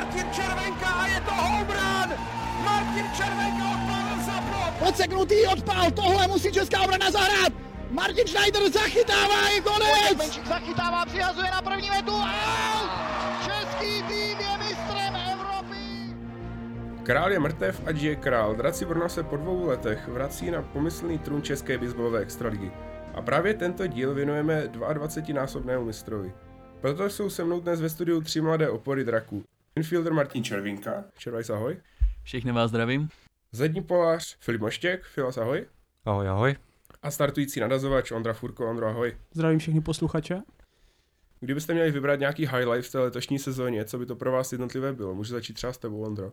Martin Červenka a je to home run! Martin Červenka odpálil za plot! Podseknutý odpál, tohle musí česká obrana zahrát! Martin Schneider zachytává, je konec! Benčík zachytává, přihazuje na první metu. Out! Český tým je mistrem Evropy! Král je mrtev, ať je král. Draci Brno se po 2 letech vrací na pomyslný trůn české baseballové extraligy. A právě tento díl věnujeme 22násobnému mistrovi. Proto jsou se mnou dnes ve studiu 3 mladé opory draků. Infielder Martin Červinka. Červajs, ahoj. Všichni vás zdravím. Zadní polář Filip Moštěk. Filas, ahoj. Ahoj, ahoj. A startující nadazovač Ondra Furko. Ondro, ahoj. Zdravím všechny posluchače. Kdybyste měli vybrat nějaký highlight v té letošní sezóně, co by to pro vás jednotlivé bylo? Může začít třeba s tebou, Ondro.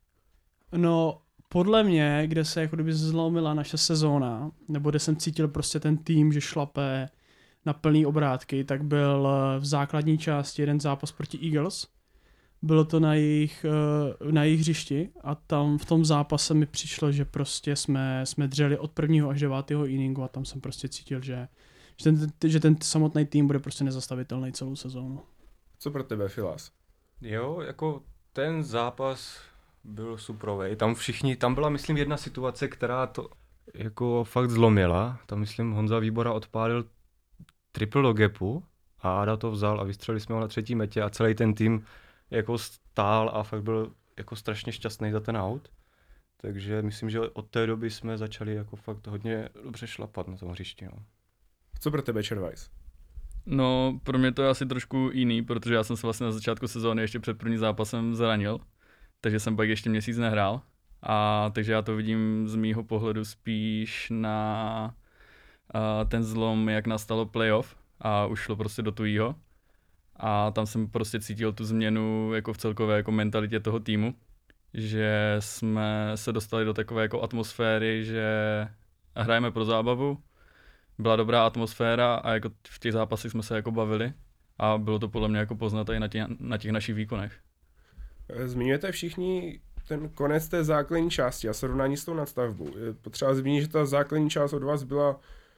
No, podle mě, kde se jako kdyby zlomila naše sezóna, nebo kde jsem cítil prostě ten tým, že šlape na plný obrátky, tak byl v základní části jeden zápas proti Eagles. Bylo to na jejich hřišti a tam v tom zápase mi přišlo, že prostě jsme dřeli od 1. až 9. inningu a tam jsem prostě cítil, že ten samotný tým bude prostě nezastavitelný celou sezónu. Co pro tebe, Filas? Jo, jako ten zápas byl suprovej. Tam byla, myslím, jedna situace, která to jako fakt zlomila. Tam, myslím, Honza Výbora odpálil triple do gapu a Ada to vzal a vystřelili jsme ho na 3. metě a celý ten tým jako stál a fakt byl jako strašně šťastný za ten out. Takže myslím, že od té doby jsme začali jako fakt hodně dobře šlapat na tom hřišti. No. Co pro tebe, Červajs? No, pro mě to je asi trošku jiný, protože já jsem se vlastně na začátku sezóny ještě před prvním zápasem zranil, takže jsem pak ještě měsíc nehrál. A takže já to vidím z mýho pohledu spíš na ten zlom, jak nastalo playoff a už šlo prostě do tujího. A tam jsem prostě cítil tu změnu jako v celkové jako mentalitě toho týmu, že jsme se dostali do takové jako atmosféry, že hrajeme pro zábavu, byla dobrá atmosféra a jako v těch zápasech jsme se jako bavili a bylo to podle mě jako poznat i na těch našich výkonech. Zmiňujete všichni ten konec té základní části a srovnání s tou nadstavbou. Je potřeba zmínit, že ta základní část od vás byla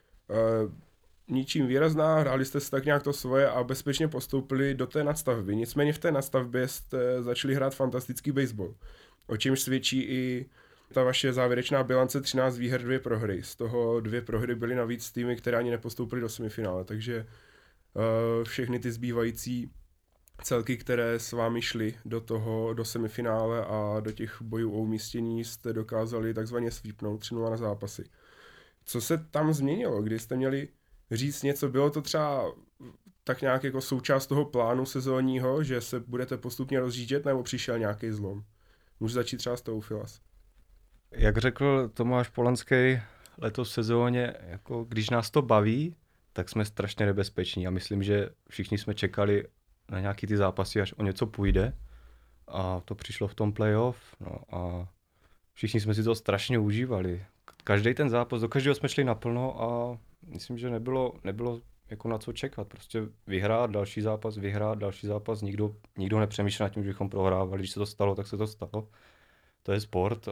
ničím výrazná, hráli jste si tak nějak to svoje a bezpečně postoupili do té nadstavby. Nicméně v té nadstavbě jste začali hrát fantastický baseball, o čemž svědčí i ta vaše závěrečná bilance 13 výher, 2 prohry. Z toho 2 prohry byly navíc týmy, které ani nepostoupily do semifinále, takže všechny ty zbývající celky, které s vámi šly do semifinále a do těch bojů o umístění, jste dokázali takzvaně sweepnout 3-0 na zápasy. Co se tam změnilo, kdy jste měli říct něco, bylo to třeba tak nějak jako součást toho plánu sezónního, že se budete postupně rozjíždět, nebo přišel nějaký zlom? Můžu začít třeba s tou, Filas. Jak řekl Tomáš Polanský letos v sezóně, jako když nás to baví, tak jsme strašně nebezpeční a myslím, že všichni jsme čekali na nějaký ty zápasy, až o něco půjde a to přišlo v tom playoff, no a všichni jsme si to strašně užívali. Každý ten zápas, do každého jsme šli naplno a myslím, že nebylo jako na co čekat. Prostě vyhrát další zápas, nikdo nepřemýšlel nad tím, že bychom prohrávali. Když se to stalo, tak se to stalo. To je sport,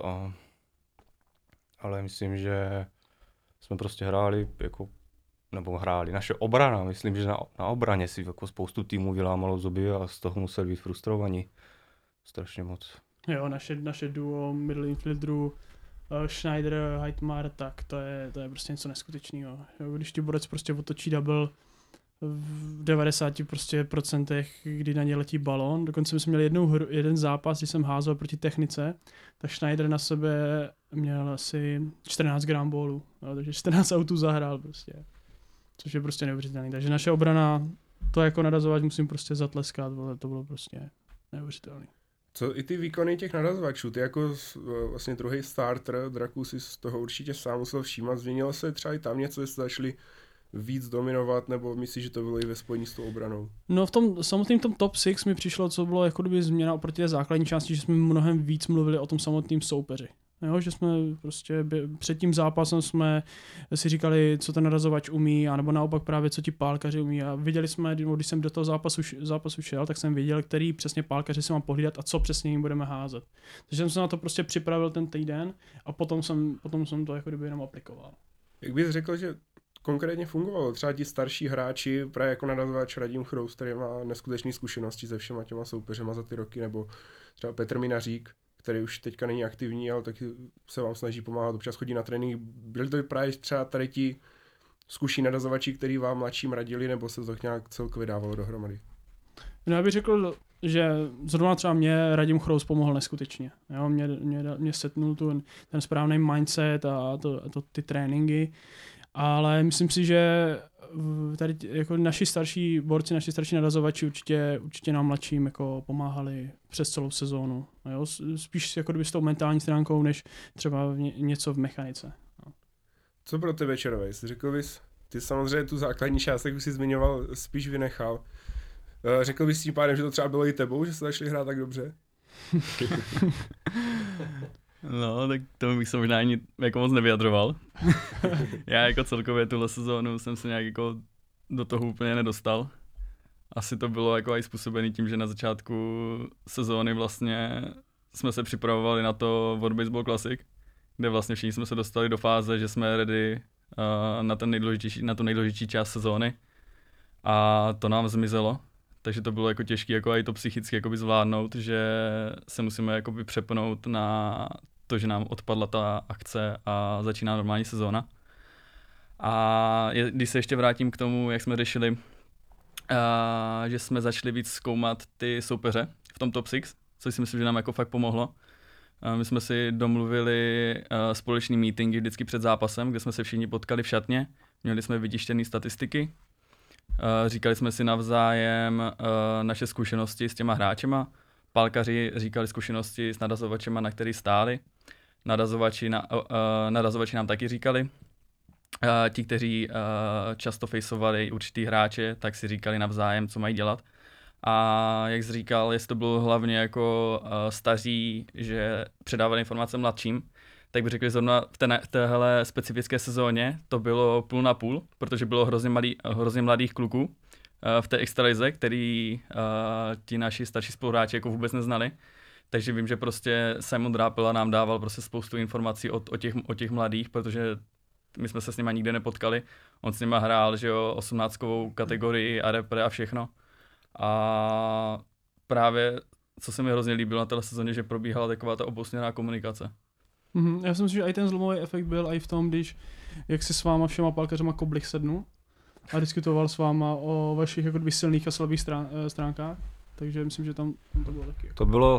ale myslím, že jsme prostě hráli. Naše obrana, myslím, že na obraně si jako spoustu týmů vylámalo zuby a z toho museli být frustrovaní. Strašně moc. Jo, naše duo middle infielderů Schneider, Heitmar, tak to je prostě něco neskutečného. Když ti borec prostě otočí double v 90% prostě procentech, kdy na ně letí balón. Dokonce jsme měli jeden zápas, kdy jsem házel proti technice, tak Schneider na sebe měl asi 14 gram bólů, takže 14 autů zahrál prostě. Což je prostě neuvěřitelný. Takže naše obrana, to jako nadazovač musím prostě zatleskat, to bylo prostě neuvěřitelný. Co i ty výkony těch nadazovačů, ty jako vlastně druhý starter draků si z toho určitě sám musel všímat, změnilo se třeba i tam něco, jestli začali víc dominovat, nebo myslíš, že to bylo i ve spojení s tou obranou? No v tom samotném top 6 mi přišlo, co bylo jako kdyby změna oproti té základní části, že jsme mnohem víc mluvili o tom samotném soupeři. Jo, že jsme prostě před tím zápasem jsme si říkali, co ten nadazovač umí, anebo naopak právě, co ti pálkaři umí. A viděli jsme, když jsem do toho zápasu šel, tak jsem věděl, který přesně pálkaři si mám pohlídat a co přesně jim budeme házet. Takže jsem se na to prostě připravil ten týden a potom jsem to jako kdyby jenom aplikoval. Jak bys řekl, že konkrétně fungovalo? Třeba ti starší hráči, právě jako nadazovač Radim Chroust, který má neskutečné zkušenosti se všema těma soupeřema za ty roky, nebo třeba Petr Minařík, který už teďka není aktivní, ale taky se vám snaží pomáhat, občas chodí na trénink. Byli to právě třeba tady ti zkuší nadazovači, který vám mladším radili, nebo se to nějak celkově dávalo dohromady? No já bych řekl, že zrovna třeba mě Radim Chroust pomohl neskutečně. Jo, mě setnul ten správný mindset a ty tréninky, ale myslím si, že tady jako naši starší borci, naši starší nadazovači určitě nám mladším jako pomáhali přes celou sezónu. Jo, spíš jako kdyby s tou mentální stránkou, než třeba něco v mechanice. No. Co pro tebe, Červejs? Řekl bys, ty samozřejmě tu základní část, jak už jsi zmiňoval, spíš vynechal. Řekl bys tím pádem, že to třeba bylo i tebou, že jste začali hrát tak dobře? No, tak tomu bych se možná ani jako moc nevyjadřoval. Já jako celkově tuhle sezónu jsem se nějak jako do toho úplně nedostal. Asi to bylo jako i způsobený tím, že na začátku sezóny vlastně jsme se připravovali na to World Baseball Classic, kde vlastně všichni jsme se dostali do fáze, že jsme ready na tu nejdůležitější část sezóny. A to nám zmizelo. Takže to bylo jako těžké jako i to psychicky jakoby zvládnout, že se musíme jakoby přepnout na to, že nám odpadla ta akce a začíná normální sezóna. A když se ještě vrátím k tomu, jak jsme řešili, že jsme začali víc zkoumat ty soupeře v tom top 6, což si myslím, že nám jako fakt pomohlo. My jsme si domluvili společný meetingy vždycky před zápasem, kde jsme se všichni potkali v šatně, měli jsme vytištěné statistiky, říkali jsme si navzájem naše zkušenosti s těma hráčema, pálkaři říkali zkušenosti s nadazovačema, na který stáli, nadazovači nám taky říkali, ti, kteří často fejsovali určitý hráče, tak si říkali navzájem, co mají dělat. A jak jsi říkal, jestli to bylo hlavně jako staří, že předávali informace mladším, tak bych řekl, že zrovna v téhle specifické sezóně to bylo půl na půl, protože bylo hrozně mladých kluků v té extralize, který ti naši starší spoluhráči jako vůbec neznali. Takže vím, že prostě Simon Drápela nám dával prostě spoustu informací o těch mladých, protože my jsme se s nima nikde nepotkali. On s nima hrál, že jo, 18kovou kategorii a repre a všechno. A právě, co se mi hrozně líbilo na téhle sezóně, že probíhala taková ta obousměrná komunikace. Já si myslím, že i ten zlomový efekt byl i v tom, jak si s váma všema pálkařema Koblich sednul a diskutoval s váma o vašich jako silných a slabých stránkách. Takže myslím, že tam to bylo taky.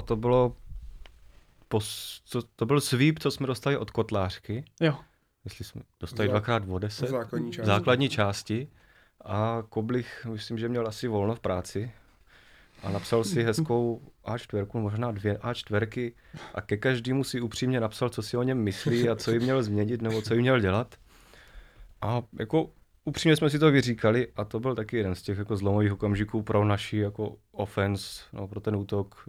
To byl sweep, co jsme dostali od Kotlářky. Jo. Jestli jsme dostali dvakrát o 10 základní části. A Koblich, myslím, že měl asi volno v práci a napsal si hezkou A4, možná 2 A4 a ke každému si upřímně napsal, co si o něm myslí a co jí měl změnit nebo co jí měl dělat. A jako upřímně jsme si to vyříkali a to byl taky jeden z těch jako zlomových okamžiků pro naši jako offense, no, pro ten útok,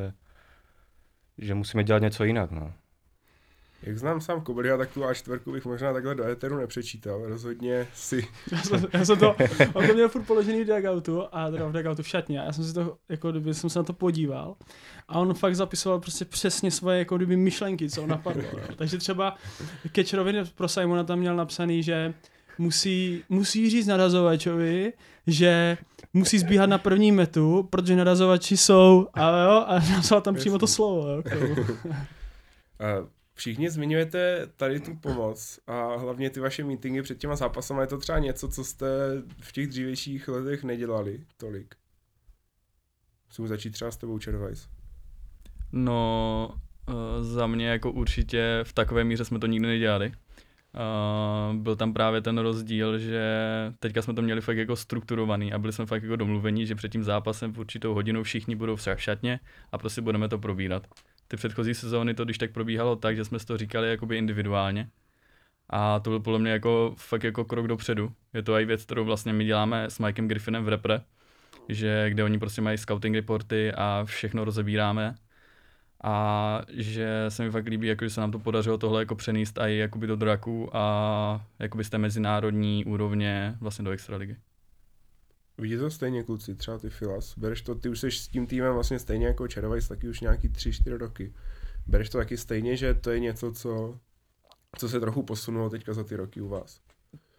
že musíme dělat něco jinak. No. Jak znám sám Kobliha, tak tu A4 bych možná takhle do éteru nepřečítal. Rozhodně si... Já jsem to, on to měl furt položený v dugoutu, a teda v dugoutu v šatně. Já jsem si to, jako kdyby jsem se na to podíval a on fakt zapisoval prostě přesně svoje jako kdyby myšlenky, co on napadlo. Jo. Takže třeba catcherovi pro Simona tam měl napsaný, že musí říct nadazovačovi, že musí zbíhat na první metu, protože nadazovači jsou a napsal tam přímo to slovo. Jo, všichni zmiňujete tady tu pomoc a hlavně ty vaše meetingy před těma zápasama. Je to třeba něco, co jste v těch dřívějších letech nedělali tolik? Musím začít třeba s tebou, Červejs. No, za mě jako určitě v takové míře jsme to nikdy nedělali. Byl tam právě ten rozdíl, že teďka jsme to měli fakt jako strukturovaný a byli jsme fakt jako domluvení, že před tím zápasem v určitou hodinu všichni budou v šatně a prostě budeme to probírat. Ty předchozí sezóny to když tak probíhalo tak, že jsme si to říkali jakoby individuálně a to byl podle mě jako fakt jako krok dopředu. Je to i věc, kterou vlastně my děláme s Mikem Griffinem v repre, kde oni prostě mají scouting reporty a všechno rozebíráme a že se mi fakt líbí, jako, že se nám to podařilo tohle jako přenést i jakoby do draku a jakoby z té mezinárodní úrovně vlastně do extraligy. Vidíte to stejně, kluci, třeba ty Filas. Bereš to, ty už jsi s tím týmem vlastně stejně jako Červejs, taky už nějaký 3-4 roky. Bereš to taky stejně, že to je něco, co se trochu posunulo teďka za ty roky u vás?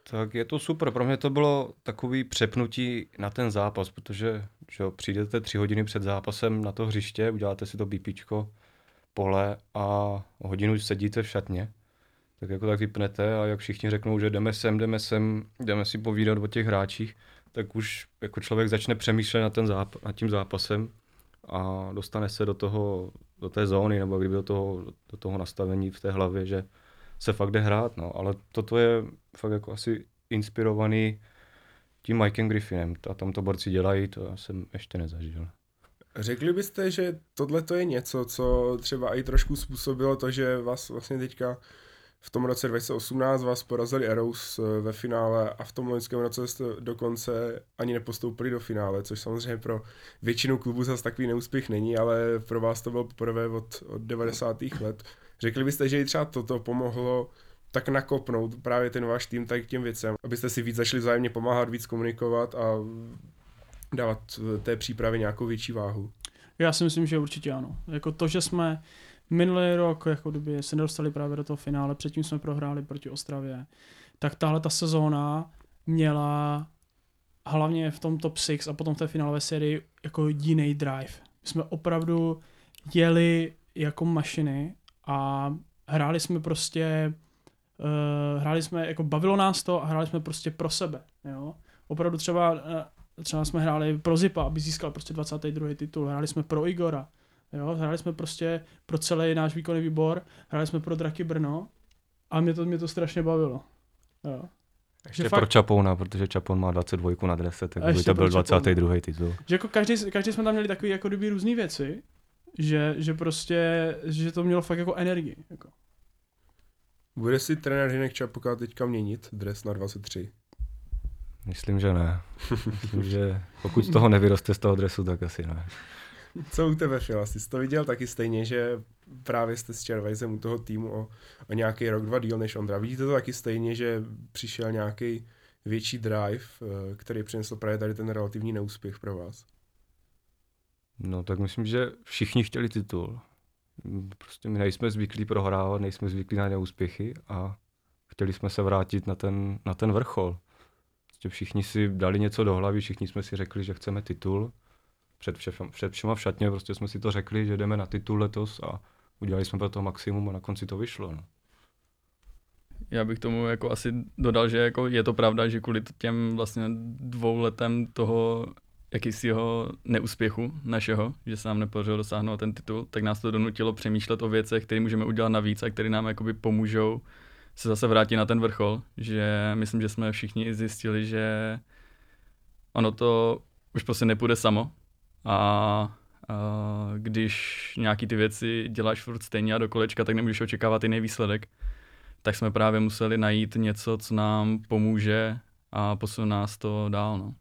Tak je to super, pro mě to bylo takový přepnutí na ten zápas, protože že jo, přijdete 3 hodiny před zápasem na to hřiště, uděláte si to BPčko, pole a hodinu sedíte v šatně, tak jako tak vypnete a jak všichni řeknou, že jdeme sem, jdeme si povídat o těch hráčích, tak už jako člověk začne přemýšlet nad tím zápasem a dostane se do té zóny nebo kdyby do toho nastavení v té hlavě, že se fakt jde hrát, no, ale toto je fakt jako asi inspirovaný tím Mikem Griffinem a tam to borci dělají, to já jsem ještě nezažil. Řekli byste, že tohle to je něco, co třeba i trošku způsobilo to, že vás vlastně teďka v tom roce 2018 vás porazili Arrows ve finále a v tom loňském roce jste dokonce ani nepostoupili do finále, což samozřejmě pro většinu klubů zase takový neúspěch není, ale pro vás to bylo poprvé od 90. let. Řekli byste, že i třeba toto pomohlo tak nakopnout právě ten váš tým tak k těm věcem, abyste si víc začali vzájemně pomáhat, víc komunikovat a dávat té přípravě nějakou větší váhu? Já si myslím, že určitě ano. Jako to, že jsme minulý rok jako kdyby se nedostali právě do toho finále, předtím jsme prohráli proti Ostravě, tak tahle ta sezóna měla hlavně v tom top 6 a potom v té finálové sérii jako jiný drive. My jsme opravdu jeli jako mašiny a hráli jsme prostě, jako bavilo nás to a hráli jsme prostě pro sebe, jo. Opravdu třeba jsme hráli pro Zipa, aby získal prostě 22. titul, hráli jsme pro Igora, jo, hráli jsme prostě pro celý náš výkonný výbor, hráli jsme pro Draky Brno a mě to strašně bavilo, jo. Ještě pro Čapouna, protože Čapon má 22 na drese, tak by to byl 22. titul. Že jako každý jsme tam měli takový jako kdyby různý věci, že prostě, že to mělo fakt jako energii. Jako. Bude si trenér Hinek Čapuka teďka měnit dres na 23? Myslím, že ne. Myslím, že pokud z toho nevyroste z toho dresu, tak asi ne. Co u tebe, Phil? Jsi to viděl taky stejně, že právě jste s Červajzem u toho týmu o nějaký rok, 2 díl než Ondra. Vidíte to taky stejně, že přišel nějaký větší drive, který přinesl právě tady ten relativní neúspěch pro vás? No tak myslím, že všichni chtěli titul. Prostě my nejsme zvyklí prohrávat, nejsme zvyklí na neúspěchy a chtěli jsme se vrátit na ten vrchol. Prostě všichni si dali něco do hlavy, všichni jsme si řekli, že chceme titul. Před všema v šatně prostě jsme si to řekli, že jdeme na titul letos a udělali jsme pro to maximum a na konci to vyšlo. No. Já bych tomu jako asi dodal, že jako je to pravda, že kvůli těm vlastně 2 letem toho jakýsiho neúspěchu našeho, že se nám nepodařilo dosáhnout ten titul, tak nás to donutilo přemýšlet o věcech, které můžeme udělat navíc a které nám jakoby pomůžou se zase vrátit na ten vrchol, že myslím, že jsme všichni zjistili, že ono to už prostě nepůjde samo a když nějaký ty věci děláš furt stejně a do kolečka, tak nemůžeš očekávat jiný výsledek, tak jsme právě museli najít něco, co nám pomůže a posunout nás to dál. No.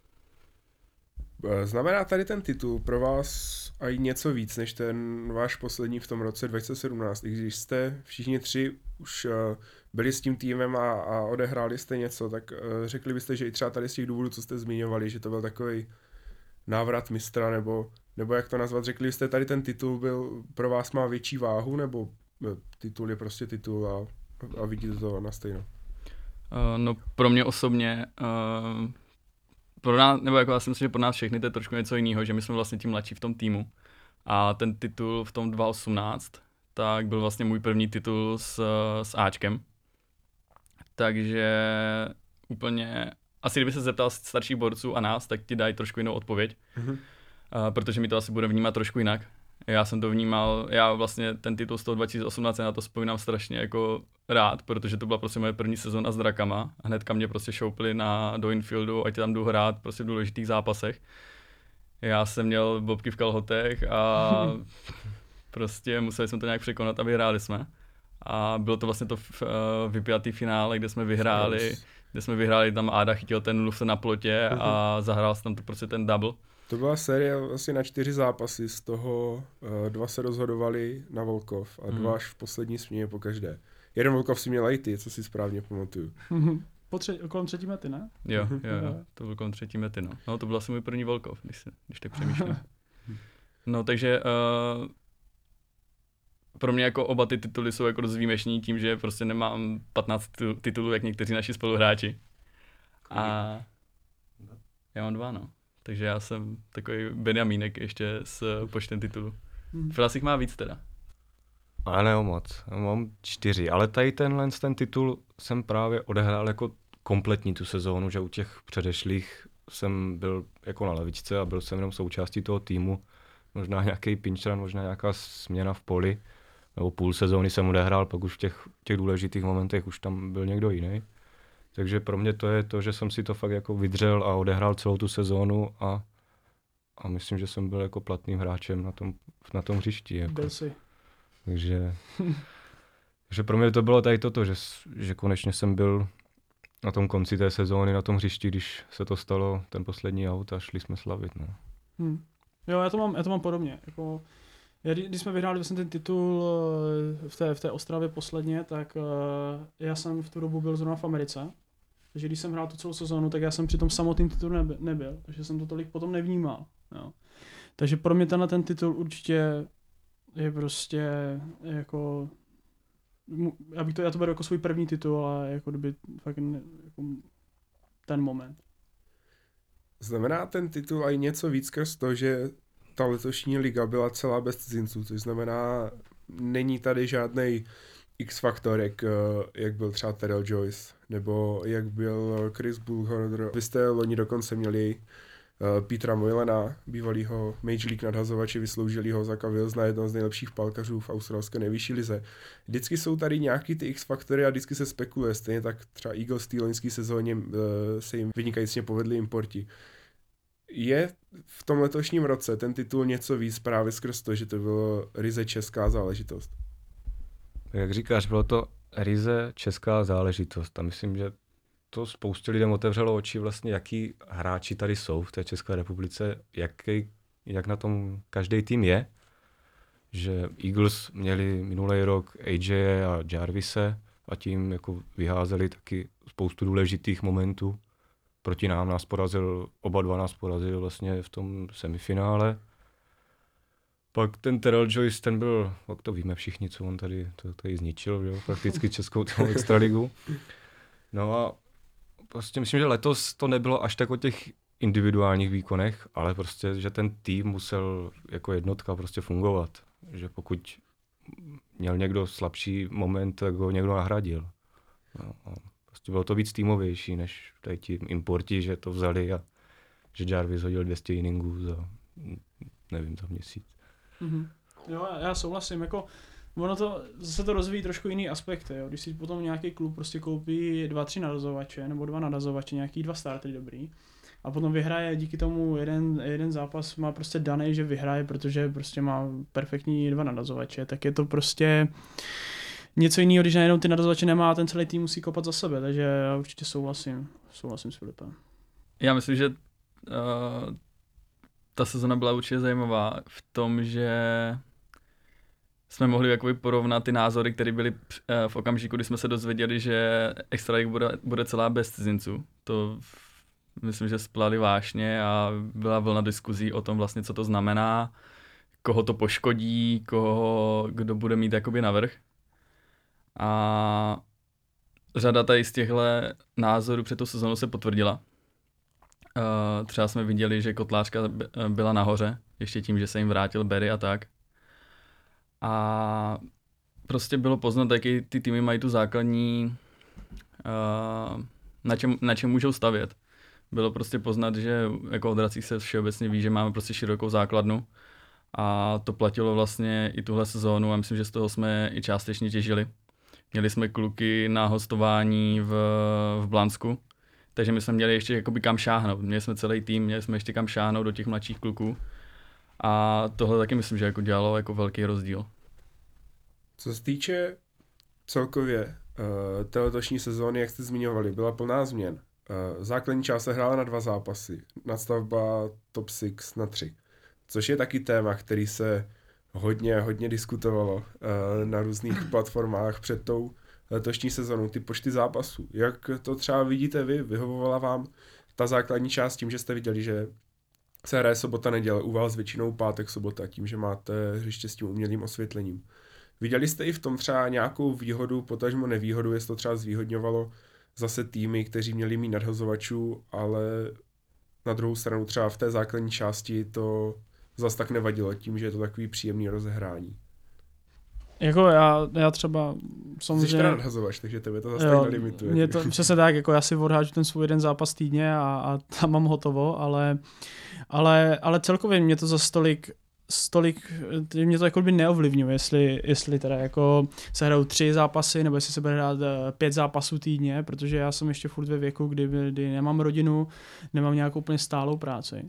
Znamená tady ten titul pro vás i něco víc, než ten váš poslední v tom roce 2017, i když jste všichni 3 už byli s tím týmem a odehráli jste něco, tak řekli byste, že i třeba tady z těch důvodů, co jste zmiňovali, že to byl takový návrat mistra, nebo jak to nazvat, řekli byste, tady ten titul byl pro vás má větší váhu, nebo titul je prostě titul a vidíte to na stejno? No pro mě osobně pro nás, nebo jako já si myslím, že pro nás všechny to je trošku něco jiného, že my jsme vlastně tím mladší v tom týmu a ten titul v tom 2018 tak byl vlastně můj první titul s Ačkem, takže úplně, asi kdyby se zeptal starších borců a nás, tak ti dají trošku jinou odpověď, protože mi to asi bude vnímat trošku jinak. Já jsem to vnímal, já vlastně ten titul z toho 2018 na to vzpomínám strašně jako rád, protože to byla prostě moje první sezóna s Drakama. Hnedka mě prostě šoupli do infieldu, ať tam jdu hrát prostě v důležitých zápasech. Já jsem měl bobky v kalhotech a prostě museli jsme to nějak překonat a vyhráli jsme. A bylo to vlastně to vypjatý finále, kde jsme vyhráli, tam Áda chytil ten lufte na plotě a zahrál se tam to prostě ten double. To byla série asi na 4 zápasy, z toho 2 se rozhodovali na Volkov a 2 až v poslední směně po každé. Jeden Volkov si měl i ty, co si správně pamatuju. Kolem 3. mety, ne? Jo, to byl kolem 3. mety, no. No to byl asi můj první Volkov, když tak přemýšlím. No takže pro mě jako oba ty tituly jsou jako dost výjimečný tím, že prostě nemám 15 titulů, jak někteří naši spoluhráči. A já mám 2, no. Takže já jsem takový Benjamínek ještě s počtem titulů. Flasik má víc teda. Ale ne o moc, mám 4, ale tady ten titul jsem právě odehrál jako kompletní tu sezónu, že u těch předešlých jsem byl jako na lavičce a byl jsem jenom součástí toho týmu. Možná nějaký pinch run, možná nějaká směna v poli, nebo půl sezóny jsem odehrál, pak už v těch důležitých momentech už tam byl někdo jiný. Takže pro mě to je to, že jsem si to fakt jako vydřel a odehrál celou tu sezónu a myslím, že jsem byl jako platným hráčem na tom hřišti. Jako. Byl jsi. Takže pro mě to bylo tady toto, že konečně jsem byl na tom konci té sezóny, na tom hřišti, když se to stalo, ten poslední aut a šli jsme slavit. No. Jo, já to mám podobně. Jako, když jsme vyhráli vlastně ten titul v té Ostravě posledně, tak já jsem v tu dobu byl zrovna v Americe. Takže když jsem hrál tu celou sezónu, tak já jsem při tom samotným titulu nebyl. Takže jsem to tolik potom nevnímal. Jo. Takže pro mě ten titul určitě je prostě jako... Já to beru jako svůj první titul a jako kdyby fakt jako ten moment. Znamená ten titul i něco víc skrz to, že ta letošní liga byla celá bez cizinců, což znamená, není tady žádnej X-faktor, jak byl třeba Terrell Joyce, nebo jak byl Chris Bullholder. Vy jste loni dokonce měli Petra Moylena, bývalýho Major League nadhazovače, vysloužilýho za Wills na jednoho z nejlepších palkařů v australské nejvyšší lize. Vždycky jsou tady nějaký ty X-faktory a vždycky se spekuluje. Stejně tak třeba Eagles v té loňské sezóně se jim vynikajícně povedli importi. Je v tom letošním roce ten titul něco víc právě skrz to, že to bylo ryze česká záležitost? Jak říkáš, bylo to ryze česká záležitost a myslím, že to spoustě lidem otevřelo oči vlastně, jaký hráči tady jsou v té České republice, jak na tom každý tým je. Že Eagles měli minulý rok AJ a Jarvise a tím jako vyházeli taky spoustu důležitých momentů. Proti nám oba dva nás porazili vlastně v tom semifinále. Pak ten Terrell Joyce, ten byl, jak to víme všichni, co on tady zničil, jo? Prakticky českou extraligu. No a prostě myslím, že letos to nebylo až tak o těch individuálních výkonech, ale prostě, že ten tým musel jako jednotka prostě fungovat. Že pokud měl někdo slabší moment, tak ho někdo nahradil. No, a prostě bylo to víc týmovější, než tady ti importi, že to vzali a že Jarvis hodil 200 inningů za měsíc. Mm-hmm. Jo, já souhlasím, jako ono to, zase to rozvíjí trošku jiný aspekty, jo. Když si potom nějaký klub prostě koupí 2-3 nadazovače, nebo 2 nadazovače, nějaký 2 startery dobrý, a potom vyhraje díky tomu jeden zápas má prostě daný, že vyhraje, protože prostě má perfektní 2 nadazovače, tak je to prostě něco jiného, když najednou ty nadazovače nemá a ten celý tým musí kopat za sebe, takže já určitě souhlasím s Filipem. Já myslím, že ta sezona byla určitě zajímavá v tom, že jsme mohli jakoby porovnat ty názory, které byly v okamžiku, kdy jsme se dozvěděli, že Extraliga bude celá bez cizinců. To myslím, že splali vášně a byla vlna diskuzí o tom vlastně, co to znamená, koho to poškodí, kdo bude mít jakoby navrch. A řada tady z těchto názorů před tou sezónou se potvrdila. Třeba jsme viděli, že Kotlářka byla nahoře, ještě tím, že se jim vrátil Barry a tak. A prostě bylo poznat, jaký ty týmy mají tu základní, na čem můžou stavět. Bylo prostě poznat, že jako odrací se všeobecně ví, že máme prostě širokou základnu a to platilo vlastně i tuhle sezónu a myslím, že z toho jsme i částečně těžili. Měli jsme kluky na hostování v Blansku, takže my jsme měli ještě jakoby kam šáhnout. Měli jsme celý tým, měli jsme ještě kam šáhnout do těch mladších kluků. A tohle taky myslím, že jako dělalo jako velký rozdíl. Co se týče celkově té letošní sezóny, jak jste zmiňovali, byla plná změn. Základní část se hrála na 2 zápasy, nadstavba top 6 na 3. Což je taky téma, který se hodně diskutovalo na různých platformách před tou letošní sezónou, ty počty zápasů. Jak to třeba vidíte vy? Vyhovovala vám ta základní část tím, že jste viděli, že se hraje sobota, neděle, u vás většinou pátek, sobota, tím, že máte hřiště s tím umělým osvětlením. Viděli jste i v tom třeba nějakou výhodu, potažmo nevýhodu, jestli to třeba zvýhodňovalo zase týmy, kteří měli mít nadhazovačů, ale na druhou stranu třeba v té základní části to zase tak nevadilo tím, že je to takový příjemný rozehrání. Jako já třeba samozřejmě... Jsi teda nadhazovač, takže tebe to zase tak nelimituje. Mě to přesně tak, jako já si odhážu ten svůj jeden zápas týdně a tam mám hotovo, ale celkově mě to za stolik, mě to jako by neovlivňuje, jestli teda jako se hrajou 3 zápasy, nebo jestli se bude hrát 5 zápasů týdně, protože já jsem ještě furt ve věku, kdy nemám rodinu, nemám nějakou úplně stálou práci.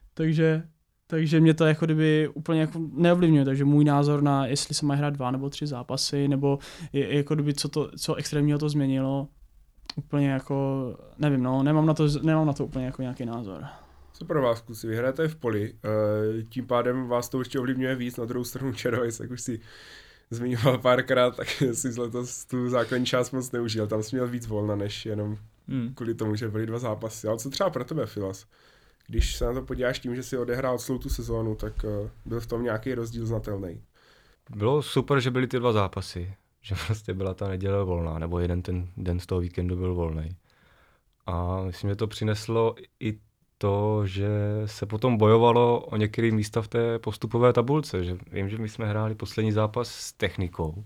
Takže mě to jako kdyby úplně jako neovlivňuje, takže můj názor na jestli se mají hrát 2 nebo 3 zápasy, nebo jako kdyby co extrémního to změnilo, úplně jako, nevím, no, nemám na to úplně jako nějaký názor. Co pro vás, kluci, vy hrajete v poli, tím pádem vás to ještě ovlivňuje víc, na druhou stranu Červejs, jak už si zmiňoval párkrát, tak si letos tu základní část moc neužil, tam jsi měl víc volna, než jenom kvůli tomu, že byly 2 zápasy, ale co třeba pro tebe, Filas? Když se na to podíváš tím, že si odehrál celou tu sezónu, tak byl v tom nějaký rozdíl znatelný. Bylo super, že byly ty 2 zápasy, že prostě byla ta neděle volná, nebo jeden ten den z toho víkendu byl volný. A myslím, že to přineslo i to, že se potom bojovalo o některé místa v té postupové tabulce. Že vím, že my jsme hráli poslední zápas s Technikou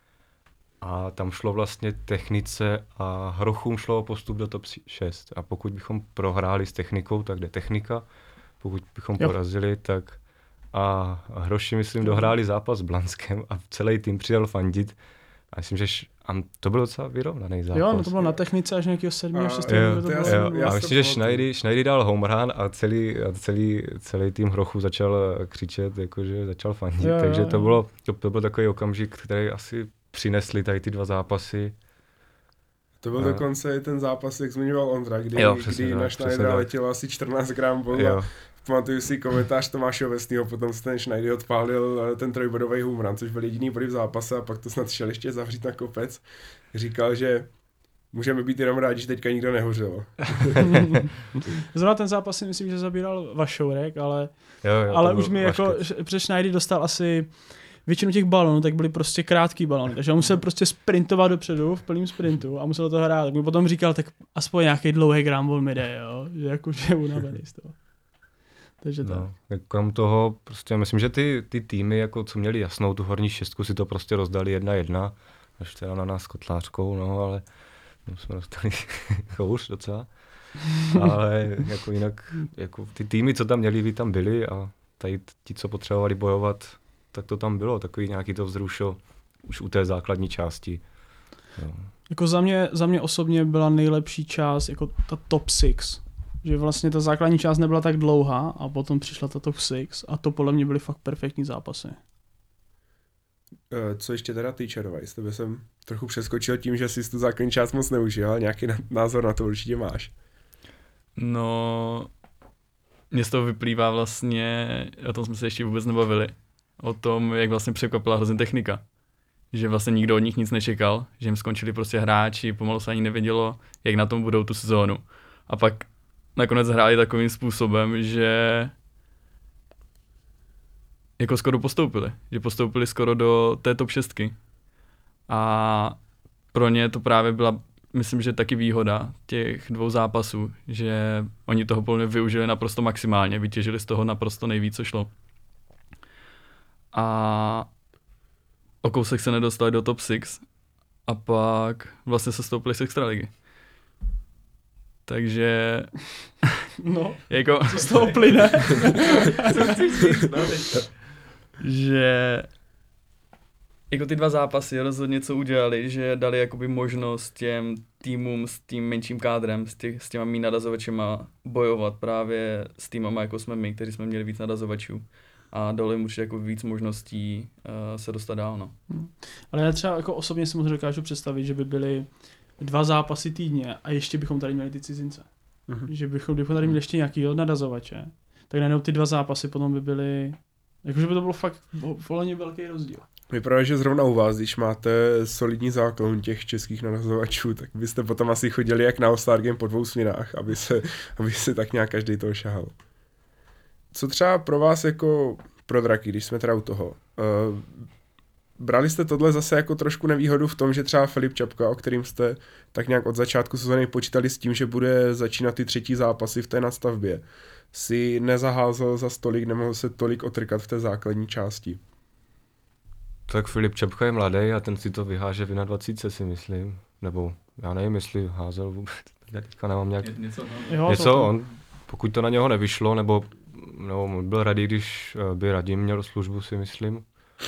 a tam šlo vlastně Technice a Hrochům šlo o postup do top 6. A pokud bychom prohráli s Technikou, tak jde Technika. Pokud bychom porazili, tak a Hroši, myslím, dohráli zápas s Blanskem a celý tým přijel fandit. A myslím, že to byl docela vyrovnaný zápas. Jo, no to bylo na Technice až nějakého 7. 6. A myslím, že Schneidy dal home run a celý tým Hrochu začal křičet, jakože začal fandit. Takže to byl takový okamžik, který asi přinesli tady ty 2 zápasy. To byl dokonce ten zápas, jak zmiňoval Ondra, kdy na Schneidera letělo asi 14 gram bola. Pamatuju si komentář Tomáše Ovesnýho, potom se ten Schneider odpálil ten 3bodový home run, což byl jediný body v zápase a pak to snad šel ještě zavřít na kopec. Říkal, že můžeme být jenom rádi, že teďka nikdo nehořel. Zrovna ten zápas si myslím, že zabíral Vašourek, ale už mi jako, protože Schneider dostal asi většinu těch balonů, tak byly prostě krátký balony, takže on musel prostě sprintovat dopředu v plném sprintu a musel to hrát. Tak mi potom říkal, tak aspoň nějaký dlouhý grambol mi jde, jo, že jakože unavený z toho. Takže tak. Krom toho, prostě myslím, že ty týmy, jako co měli jasnou tu horní 6, si to prostě rozdali 1-1, až teda na nás kotlářkou, no, ale jsme dostali chouř docela. Ale jako jinak, jako ty týmy, co tam měli, by tam byli a tady ti, co potřebovali bojovat, tak to tam bylo, takový nějaký to vzrušo už u té základní části. Jo. Jako za mě osobně byla nejlepší část, jako ta top 6. Že vlastně ta základní část nebyla tak dlouhá a potom přišla ta top 6 a to podle mě byly fakt perfektní zápasy. Co ještě teda ty, Červejs? Tebe jsem trochu přeskočil tím, že jsi tu základní část moc neužil, ale nějaký názor na to určitě máš. No, mně z toho vyplývá vlastně, o tom jsme se ještě vůbec nebavili, o tom, jak vlastně překvapila hrozně Technika. Že vlastně nikdo od nich nic nečekal, že jim skončili prostě hráči, pomalu se ani nevědělo, jak na tom budou tu sezónu. A pak nakonec hráli takovým způsobem, že jako skoro postoupili. Že postoupili skoro do té top 6. A pro ně to právě byla, myslím, že taky výhoda těch 2 zápasů, že oni toho plně využili naprosto maximálně, vytěžili z toho naprosto nejvíc, co šlo. A o kousek se nedostali do top 6 a pak vlastně se stoupili z extraligy. Takže no, jako co z toho plyne? že jako ty 2 zápasy rozhodně co udělali, že dali jakoby možnost těm týmům s tím menším kádrem, s těma mý nadazovačema bojovat právě s týmama, jako jsme my, kteří jsme měli víc nadazovačů. A dali jim určitě jako víc možností se dostat dál. No. Ale já třeba jako osobně si moc dokážu představit, že by byly 2 zápasy týdně a ještě bychom tady měli ty cizince. Že bychom tady měli ještě nějaký nadazovače, tak najednou ty 2 zápasy potom by byly, jakože by to bylo fakt voleně velký rozdíl. Vypadá, že zrovna u vás, když máte solidní záklon těch českých nadazovačů, tak byste potom asi chodili jak na All-Star Game po 2 směnách, aby se tak nějak každý toho šahal. Co třeba pro vás jako pro draky, když jsme teda u toho? brali jste tohle zase jako trošku nevýhodu v tom, že třeba Filip Čapka, o kterým jste tak nějak od začátku sezóny počítali s tím, že bude začínat ty třetí zápasy v té nastavbě, si nezaházel za stolik, nemohl se tolik otrkat v té základní části? Tak Filip Čapka je mladý a ten si to vyháže v 21, si myslím. Nebo já nevím, jestli házel vůbec. Já teďka nemám nějak... Něco, on, pokud to na něho nevyšlo, nebo byl radý, když by Radim měl službu, si myslím.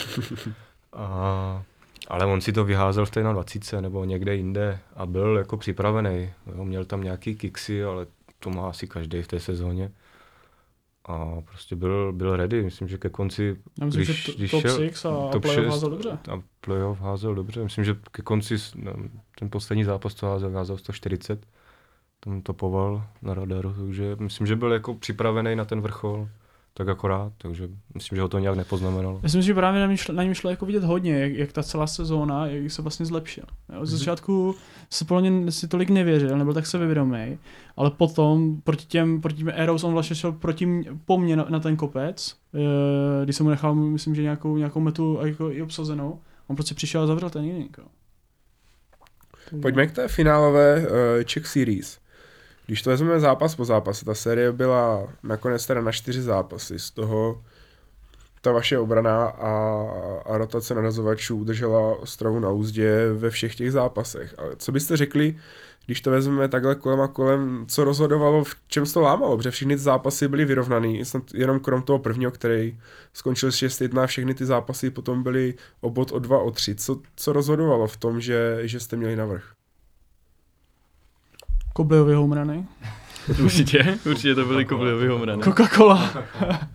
Ale on si to vyházel v té 21 nebo někde jinde a byl jako připravený. Měl tam nějaký kiksy, ale to má asi každý v té sezóně. A prostě byl ready. Myslím, že ke konci, já myslím, když top 6 a playoff házel dobře. A playoff házel dobře. Myslím, že ke konci, ten poslední zápas, co házel 140, tam topoval na radaru, takže myslím, že byl jako připravený na ten vrchol, tak akorát, takže myslím, že ho to nějak nepoznamenalo. Já si myslím, že právě na něm šlo jako vidět hodně, jak ta celá sezóna, jak se vlastně zlepšil. Z začátku se podle mě si tolik nevěřil, nebyl tak sebevědomý, ale potom proti těm Arrows on vlastně šel po mně na ten kopec, když jsem mu nechal, myslím, že nějakou metu jako i obsazenou, on prostě přišel a zavřel ten jiný. Pojďme k té finálové Czech Series. Když to vezmeme zápas po zápase, ta série byla nakonec teda na 4 zápasy, z toho ta vaše obrana a rotace narazovačů udržela Ostravu na úzdě ve všech těch zápasech. Ale co byste řekli, když to vezmeme takhle kolem a kolem, co rozhodovalo, v čem se to lámalo? Protože všechny ty zápasy byly vyrovnaný, jenom krom toho prvního, který skončil 6-1, všechny ty zápasy potom byly o bod, o 2, o 3. Co rozhodovalo v tom, že jste měli navrch? Koblejový homerany. Určitě to byly Koblejový homerany. Coca-Cola.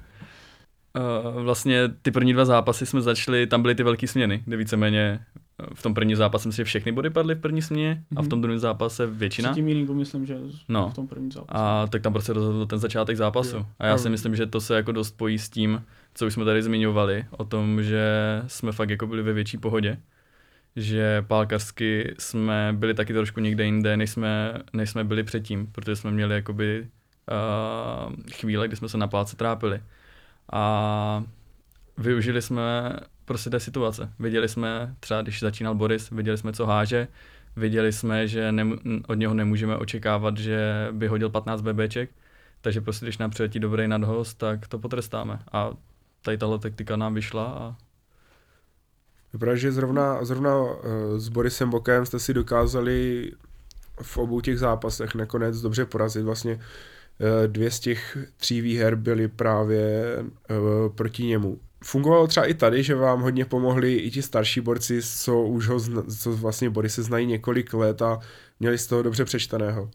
Vlastně ty první 2 zápasy jsme začali, tam byly ty velké směny, kde víceméně v tom prvním zápase si všechny body padly v první směně a v tom druhém zápase většina. Třetím inningu myslím, že v tom prvním zápase. A tak tam prostě rozhodl ten začátek zápasu. A já si myslím, že to se jako dost pojí s tím, co už jsme tady zmiňovali, o tom, že jsme fakt jako byli ve větší pohodě. Že pálkařsky jsme byli taky trošku někde jinde, než jsme byli předtím, protože jsme měli jakoby chvíle, kdy jsme se na pálce trápili. A využili jsme prostě té situace. Viděli jsme, třeba když začínal Boris, viděli jsme, co háže, viděli jsme, že od něho nemůžeme očekávat, že by hodil 15 BBček, takže prostě když nám přiletí dobrý nadhost, tak to potrestáme. A tady tahle taktika nám vyšla a Vypadá, že zrovna s Borisem Bokem jste si dokázali v obou těch zápasech nakonec dobře porazit. Vlastně 2 z těch 3 výher byly právě proti němu. Fungovalo třeba i tady, že vám hodně pomohli i ti starší borci, co vlastně Borise znají několik let a měli z toho dobře přečteného.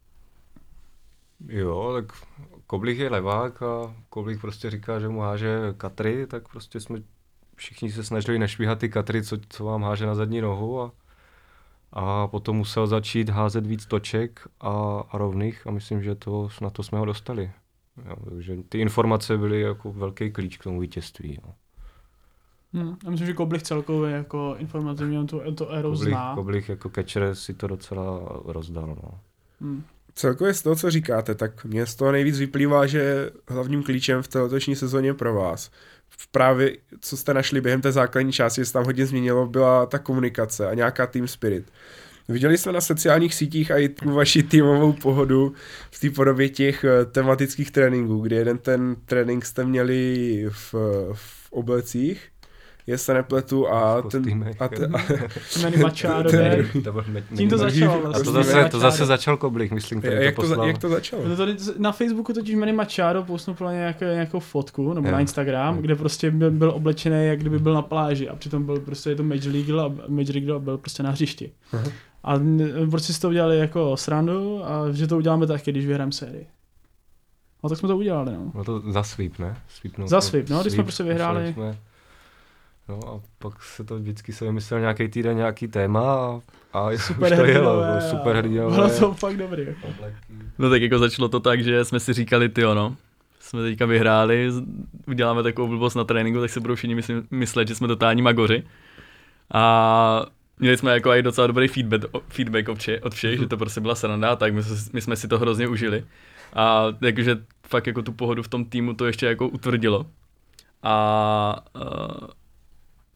Jo, tak Koblich je levák a Koblich prostě říká, že mu háže katry, tak prostě jsme všichni se snažili nešvíhat ty katry, co vám háže na zadní nohu a potom musel začít házet víc toček a rovných a myslím, že na to jsme ho dostali. Jo, takže ty informace byly jako velký klíč k tomu vítězství. Jo. Já myslím, že Koblich celkově jako informativně to Aero zná. Koblich jako catcher si to docela rozdal. No. Celkově z toho, co říkáte, tak mě z toho nejvíc vyplývá, že hlavním klíčem v té letošní sezóně pro vás, právě co jste našli během té základní části, se tam hodně změnilo, byla ta komunikace a nějaká team spirit. Viděli jsme na sociálních sítích i tu vaši týmovou pohodu v té podobě těch tematických tréninků, kdy jeden ten trénink jste měli v oblecích, jestli se nepletu, a Manny Machado. Tím to začalo vlastně. A to zase začal Koblich, myslím, který to poslal. Jak to začalo? Na Facebooku totiž Manny Machado postnul nějakou fotku, nebo na Instagram, kde prostě byl oblečený, jak kdyby byl na pláži a přitom byl prostě to Major League a byl prostě na hřišti. A prostě si to udělali jako srandu a že to uděláme taky, když vyhrajeme sérii. No tak jsme to udělali, no. No to za sweep, ne? Za sweep, no, když jsme prostě vyhráli. No a pak se to vždycky se vymyslel nějaký týden, nějaký téma a super to jelo, super hrdinové. Bylo to fakt dobrý. No tak jako začalo to tak, že jsme si říkali, jsme teďka vyhráli, uděláme takovou blbost na tréninku, tak se budou všichni myslet, že jsme totální magoři. A měli jsme jako i docela dobrý feedback od všech, že to prostě byla sranda, tak my jsme si to hrozně užili. A jakože fakt jako tu pohodu v tom týmu to ještě jako utvrdilo. A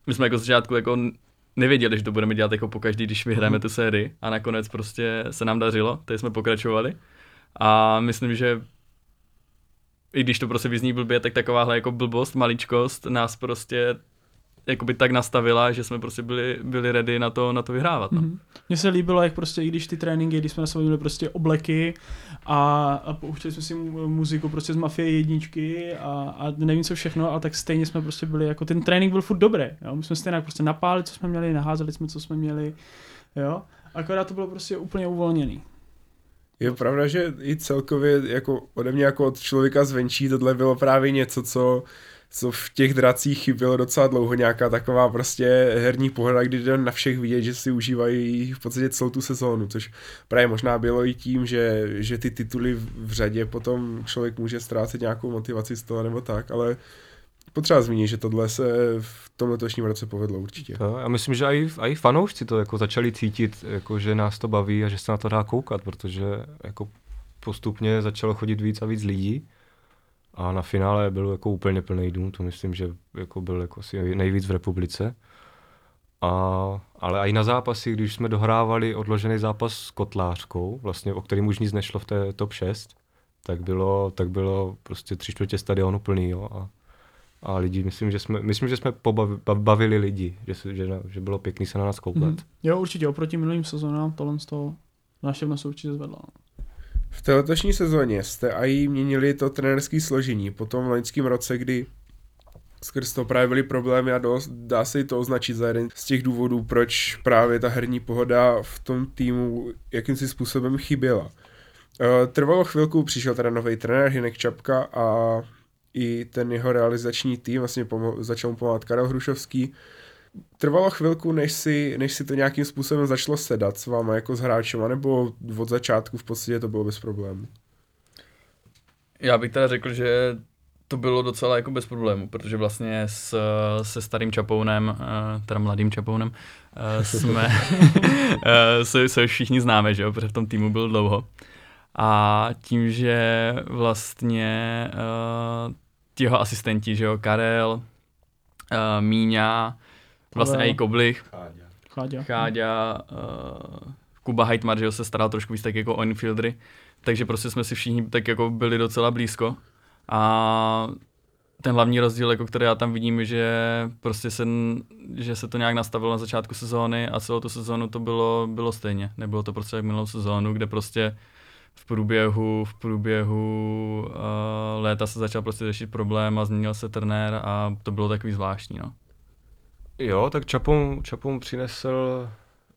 my jsme jako z začátku jako nevěděli, že to budeme dělat jako pokaždý, když vyhráme tu sérii a nakonec prostě se nám dařilo, takže jsme pokračovali a myslím, že i když to prostě vyzní blbě, tak takováhle jako blbost, maličkost nás prostě jakoby tak nastavila, že jsme prostě byli ready na to vyhrávat. No. Mně se líbilo, jak prostě, i když ty tréninky, když jsme na sobě měli prostě obleky a pouštěli jsme si muziku prostě z Mafie 1 a nevím co všechno, a tak stejně jsme prostě byli, jako ten trénink byl furt dobrý, jo? My jsme stejně prostě napálili, co jsme měli, naházeli jsme, co jsme měli, jo, akorát to bylo prostě úplně uvolněný. Je pravda, že i celkově jako ode mě jako od člověka zvenčí tohle bylo právě něco, co v těch dracích chybělo docela dlouho, nějaká taková prostě herní pohoda, kdy jde na všech vidět, že si užívají v podstatě celou tu sezónu, což právě možná bylo i tím, že ty tituly v řadě potom člověk může ztrácet nějakou motivaci z toho nebo tak, ale potřeba zmínit, že tohle se v tom letošním roce povedlo určitě. Já myslím, že i fanoušci to jako začali cítit, jako, že nás to baví a že se na to dá koukat, protože jako postupně začalo chodit víc a víc lidí. A na finále byl jako úplně plný dům, to myslím, že jako byl jako asi nejvíc v republice. Ale i na zápasy, když jsme dohrávali odložený zápas s Kotlářkou, vlastně, o kterým už nic nešlo v té top 6, tak bylo prostě 3/4 stadionu plný. Jo, a lidi, myslím, že jsme bavili lidi, že bylo pěkný se na nás koukat. Jo, určitě, oproti minulým sezónám tohle z toho návštěvnost určitě zvedla. V té letošní sezóně jste i měnili to trenérské složení po tom loňském roce, kdy skrz to právě byly problémy a dá se i to označit za jeden z těch důvodů, proč právě ta herní pohoda v tom týmu jakýmsi způsobem chyběla. Trvalo chvilku, přišel teda nový trenér Hynek Čapka a i ten jeho realizační tým, vlastně začal mu pomáhat Karel Hrušovský. Trvalo chvilku, než si to nějakým způsobem začalo sedat s váma jako s hráčema, nebo od začátku v podstatě to bylo bez problémů? Já bych teda řekl, že to bylo docela jako bez problémů, protože vlastně se starým Čapounem, teda mladým Čapounem, se všichni známe, že jo, protože v tom týmu byl dlouho. A tím, že vlastně ti jeho asistenti, že jo, Karel, Míňa, vlastně i Koblich, Cháďa, Kuba Heitmar, že jo, se staral trošku víc tak jako o infieldery, takže prostě jsme si všichni tak jako byli docela blízko. A ten hlavní rozdíl, jako který já tam vidím, je, že prostě že se to nějak nastavilo na začátku sezóny a celou tu sezónu to bylo stejně. Nebylo to prostě jak minulou sezónu, kde prostě v průběhu léta se začal prostě řešit problém a změnil se trenér a to bylo takový zvláštní, no. Jo, tak Čapoun přinesl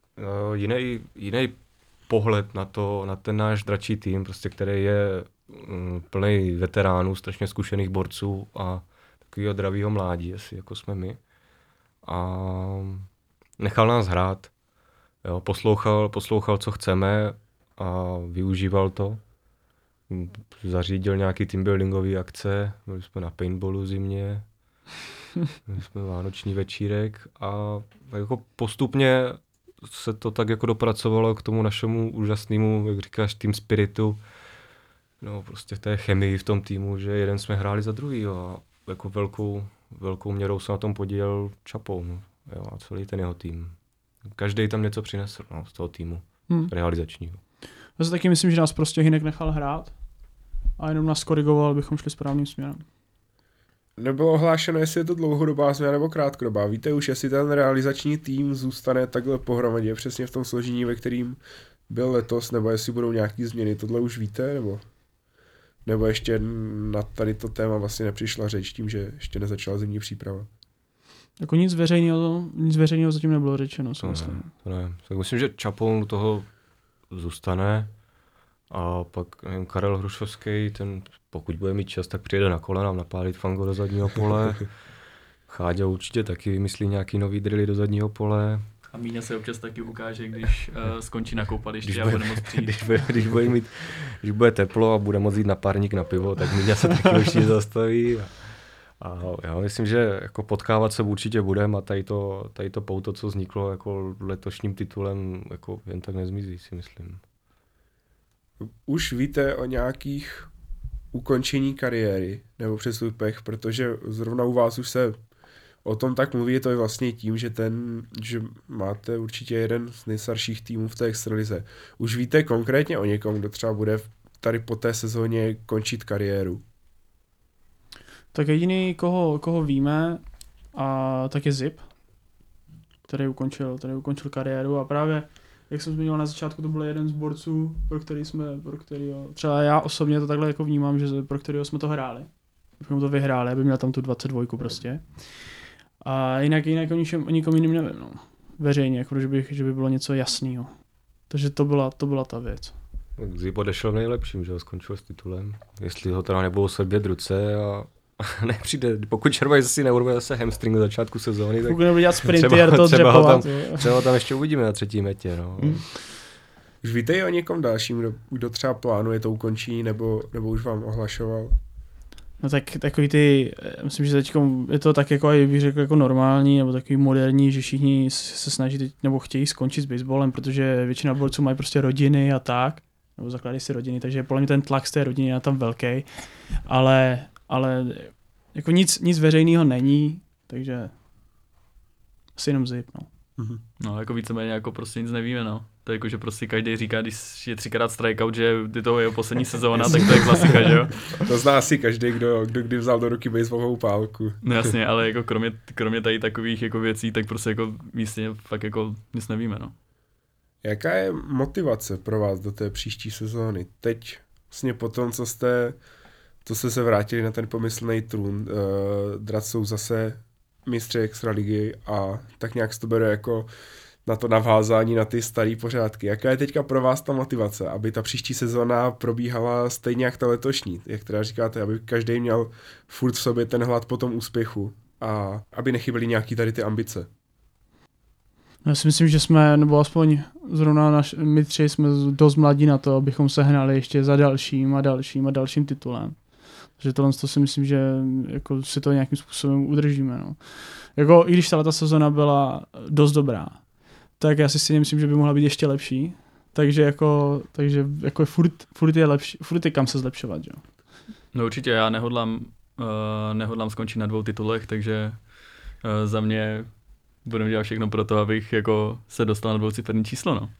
jiný pohled na ten náš dračí tým, prostě, který je plný veteránů, strašně zkušených borců a takového dravého mládí, asi jako jsme my. A nechal nás hrát, jo, poslouchal, co chceme a využíval to. Zařídil nějaký teambuildingové akce, byli jsme na paintballu zimně, byli jsme vánoční večírek a jako postupně se to tak jako dopracovalo k tomu našemu úžasnému, jak říkáš, team spiritu, no prostě v té chemii v tom týmu, že jeden jsme hráli za druhý a jako velkou měrou se na tom podílel Čapoun, no, jo, a celý ten jeho tým. Každý tam něco přinesl, no, z toho týmu realizačního. Já si taky myslím, že nás prostě Hynek nechal hrát a jenom nás korigoval, abychom šli správným směrem. Nebylo ohlášeno, jestli je to dlouhodobá změna nebo krátkodobá. Víte už, jestli ten realizační tým zůstane takhle pohromadě, přesně v tom složení, ve kterým byl letos, nebo jestli budou nějaký změny, tohle už víte, nebo ještě na tady to téma vlastně nepřišla řeč tím, že ještě nezačala zimní příprava? Jako nic veřejného zatím nebylo řečeno. To ne. Tak myslím, že Čapoun toho zůstane a pak nevím, Karel Hrušovský, ten pokud bude mít čas, tak přijede na kole nám napálit fango do zadního pole. Cháďa určitě taky vymyslí nějaký nový drilly do zadního pole. A Míňa se občas taky ukáže, když skončí na koupališti a bude moc přijít. Když bude teplo a bude moct jít na párník na pivo, tak Míňa se taky určitě zastaví. A já myslím, že jako potkávat se určitě budeme a tady to pouto, co vzniklo jako letošním titulem, jako jen tak nezmizí, si myslím. Už víte o nějakých ukončení kariéry nebo přestupech, protože zrovna u vás už se o tom tak mluví, to je vlastně tím, že máte určitě jeden z nejstarších týmů v té extralize. Už víte konkrétně o někom, kdo třeba bude tady po té sezóně končit kariéru? Tak jediný, koho víme, tak je Zip, který ukončil kariéru a právě, jak jsem zmínil na začátku, to byl jeden z borců, pro kterýho, třeba já osobně to takhle jako vnímám, že pro kterého jsme to hráli. Abychom to vyhráli, aby měl tam tu 22 prostě. A jinak o nikom jiným nevím, no. Veřejně, jako že by bylo něco jasného. Takže to byla ta věc. Zip odešel v nejlepším, že ho skončil s titulem. Jestli ho teda nebudou sebět ruce a nepřijde, pokud Červaj si neurve zase hamstring na začátku sezóny, tak pokud nebude dělat sprinty a to dřepovat. Třeba tam ještě uvidíme na třetí metě. No. Už víte i o někom dalším, kdo třeba plánuje to ukončení, nebo už vám ohlašoval? No tak takový myslím, že teď je to tak jako, bych řekl, jako normální, nebo takový moderní, že všichni se snaží teď, nebo chtějí skončit s baseballem, protože většina borců mají prostě rodiny a tak, nebo zakládají si rodiny, takže podle mě ten tlak z té rodiny je tam velký, ale jako nic veřejného není, takže asi jenom Zip, no. No, jako víceméně jako prostě nic nevíme, no. To je jako, že prostě každý říká, když je 3x strikeout, že je to jeho poslední sezóna, tak to je klasika, že jo? To zná asi každý, kdo kdy vzal do ruky baseballovou pálku. No jasně, ale jako kromě tady takových jako věcí, tak prostě jako místně fakt jako nic nevíme, no. Jaká je motivace pro vás do té příští sezóny? Teď vlastně po tom, co jste se vrátili na ten pomyslný trůn, Drac jsou zase mistři extraligy a tak nějak se to bere jako na to navázání na ty staré pořádky. Jaká je teďka pro vás ta motivace, aby ta příští sezóna probíhala stejně jak ta letošní, jak teda říkáte, aby každý měl furt v sobě ten hlad po tom úspěchu a aby nechyběly nějaký tady ty ambice? Já si myslím, že jsme, nebo aspoň zrovna my tři jsme dost mladí na to, abychom se hnali ještě za dalším titulem. Takže tohle si myslím, že jako si to nějakým způsobem udržíme. No. Jako, i když ta sezona byla dost dobrá, tak já si myslím, že by mohla být ještě lepší. Takže jako furt je lepší, furt je kam se zlepšovat. Jo. No určitě, já nehodlám skončit na 2 titulech, takže za mě budeme dělat všechno pro to, abych jako se dostal na 2ciferní číslo, no.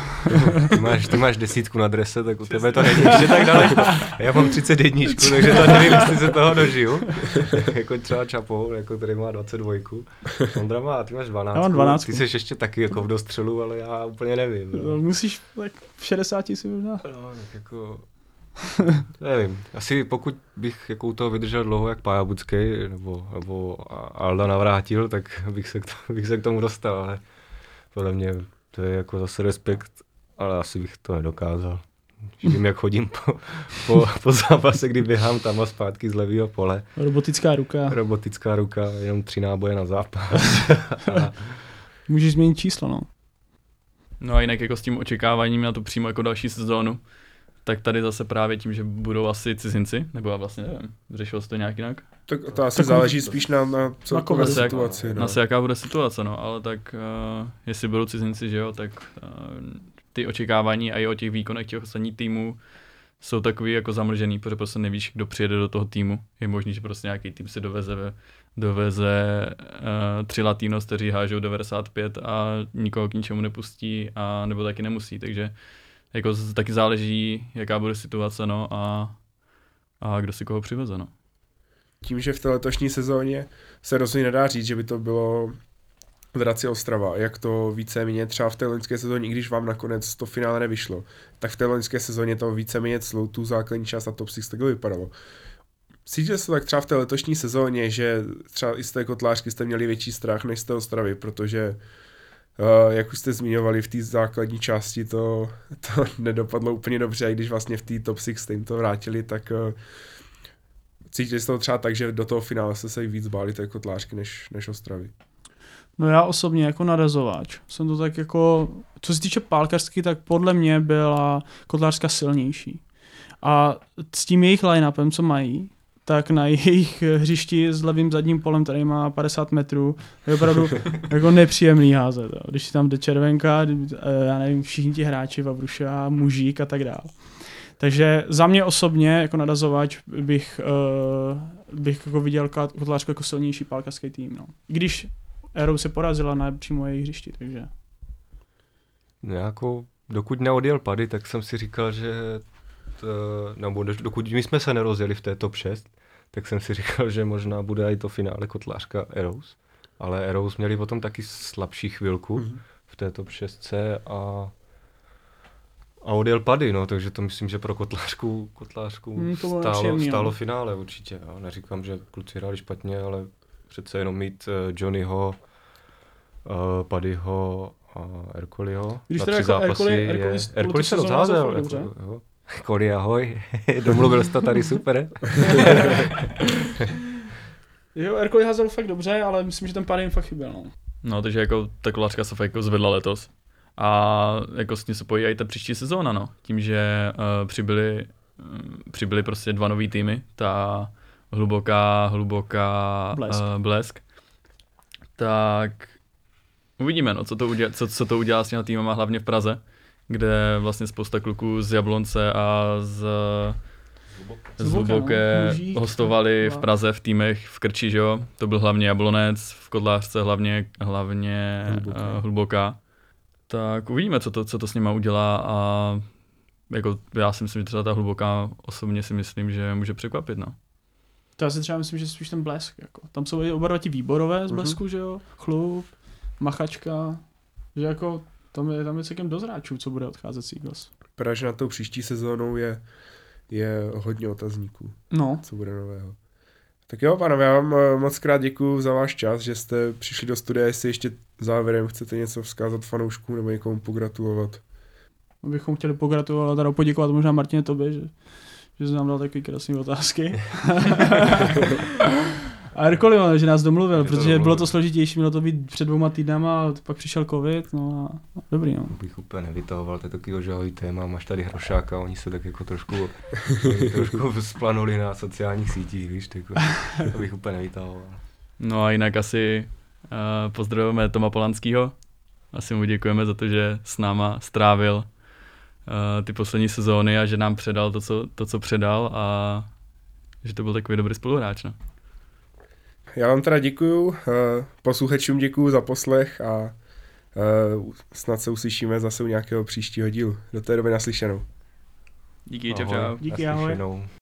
Ty máš 10 na drese, tak u tebe to není ještě tak daleko. Já mám 31, takže to nevím, jestli se toho dožiju. Jako třeba Čapo, jako který má 22. Ondra má, ty máš 12. Já mám 12. Ty jsi ještě taky jako v dostřelu, ale já úplně nevím. No. Musíš tak v 60 si možná. No, tak jako... Nevím, asi pokud bych jako u toho vydržel dlouho jak Pája Bucký nebo Alda Navrátil, tak bych se k tomu dostal, ale podle mě to je jako zase respekt, ale asi bych to nedokázal. Vím, jak chodím po zápase, kdy běhám tam a zpátky z levého pole. Robotická ruka, jenom 3 náboje na zápas. Můžeš změnit číslo, no. No a jinak jako s tím očekáváním na tu přímo jako další sezónu, tak tady zase právě tím, že budou asi cizinci, nebo já vlastně nevím, řešilo se to nějak jinak? Tak to asi záleží spíš na celkové situaci. Na se jaká bude situace, no, ale tak jestli budou cizinci, že jo, tak ty očekávání a i o těch výkonech těch ostatních týmů jsou takový jako zamlžený, protože prostě nevíš, kdo přijede do toho týmu. Je možný, že prostě nějaký tým si doveze 3 Latinos, kteří hážou 95 a nikoho k ničemu nepustí, a nebo taky nemusí, takže jako taky záleží, jaká bude situace, no, a kdo si koho přiveze, no. Tím, že v té letošní sezóně se rozhodně nedá říct, že by to bylo v Draci Ostrava, jak to víceméně třeba v té loňské sezóně, i když vám nakonec to finále nevyšlo, tak v té loňské sezóně to víceméně celou tu základní část a top 6 takhle vypadalo. Cítíte se tak třeba v té letošní sezóně, že třeba i z té kotlářky jste měli větší strach než z té Ostravy, protože jak už jste zmiňovali, v té základní části to nedopadlo úplně dobře, a když vlastně v té top 6 jste jim to vrátili, tak cítíte se to třeba tak, že do toho finále jste se víc báli té kotlářky než Ostravy? No já osobně jako narazováč jsem to tak jako, co se týče pálkařsky, tak podle mě byla kotlářská silnější. A s tím jejich line-upem, co mají, tak na jejich hřišti s levým zadním polem, který má 50 metrů, je opravdu jako nepříjemný házet. Jo. Když si tam jde Červenka, já nevím, všichni ti hráči, Vavruša, Mužík a tak dále. Takže za mě osobně, jako nadazovač, bych jako viděl Kotlářku jako silnější pálkařský tým. No. I když Arrows se porazila na přímo jejich hřišti, takže... No jako, dokud neodjel Paddy, tak jsem si říkal, že dokud my jsme se nerozjeli v té top 6, tak jsem si říkal, že možná bude i to finále Kotlářka Arrows. Ale Arrows měli potom taky slabší chvilku v té top 6 a odjel Paddy, no, takže to myslím, že pro Kotlářku stálo finále určitě. Jo. Neříkám, že kluci hráli špatně, ale přece jenom mít Johnnyho, Paddyho a Ercoliho na 3 zápasy. Ercoli se rozházel. Koli, ahoj, domluvil jsi to tady super. Jo, Ercoli házel fakt dobře, ale myslím, že ten Paddy jim fakt chyběl. No, takže jako ta Kotlářka se fakt jako zvedla letos. A jako s tím se pojí i ta příští sezóna, no. Tím, že přibyly prostě 2 nový týmy, ta hluboká Blesk. Tak uvidíme, no, co to udělá s těma týmama, hlavně v Praze, kde vlastně spousta kluků z Jablonce a z Hluboké hostovali v Praze v týmech v Krči, že jo. To byl hlavně Jablonec, v Kotlářce hlavně Hluboká. Tak uvidíme, co to s nima udělá a jako já si myslím, že třeba ta Hluboká osobně si myslím, že může překvapit, no. To já si třeba myslím, že spíš ten Blesk, jako. Tam jsou oba dva ti výborové z Blesku, že jo, Chlup, Machačka, že jako tam je celkem dost hráčů, co bude odcházet z Eagles. Právě, že na tou příští sezónou je hodně otazníků, co bude nového. Tak jo, pánové, já vám moc krát děkuju za váš čas, že jste přišli do studia, jestli ještě závěrem chcete něco vzkázat fanouškům nebo někomu pogratulovat. Bychom chtěli pogratulovat a poděkovat možná Martině tobě, že jsi nám dal takové krásné otázky. A Ercoli, že nás domluvil, protože bylo to složitější, mělo to být před 2 týdnama, a pak přišel covid, no a dobrý, no. Bych úplně nevytahoval, to je takový ožahový téma, máš tady Hrošáka, oni se tak jako trošku splanuli na sociálních sítích, víš, tak to bych úplně nevytahoval. No a jinak asi pozdravujeme Toma Polanskýho, asi mu děkujeme za to, že s náma strávil ty poslední sezóny a že nám předal to, co předal a že to byl takový dobrý spoluhráč, no. Já vám teda děkuju, posluchačům děkuju za poslech a snad se uslyšíme zase u nějakého příštího dílu. Do té doby naslyšenou. Díky, čau. Díky, ahoj.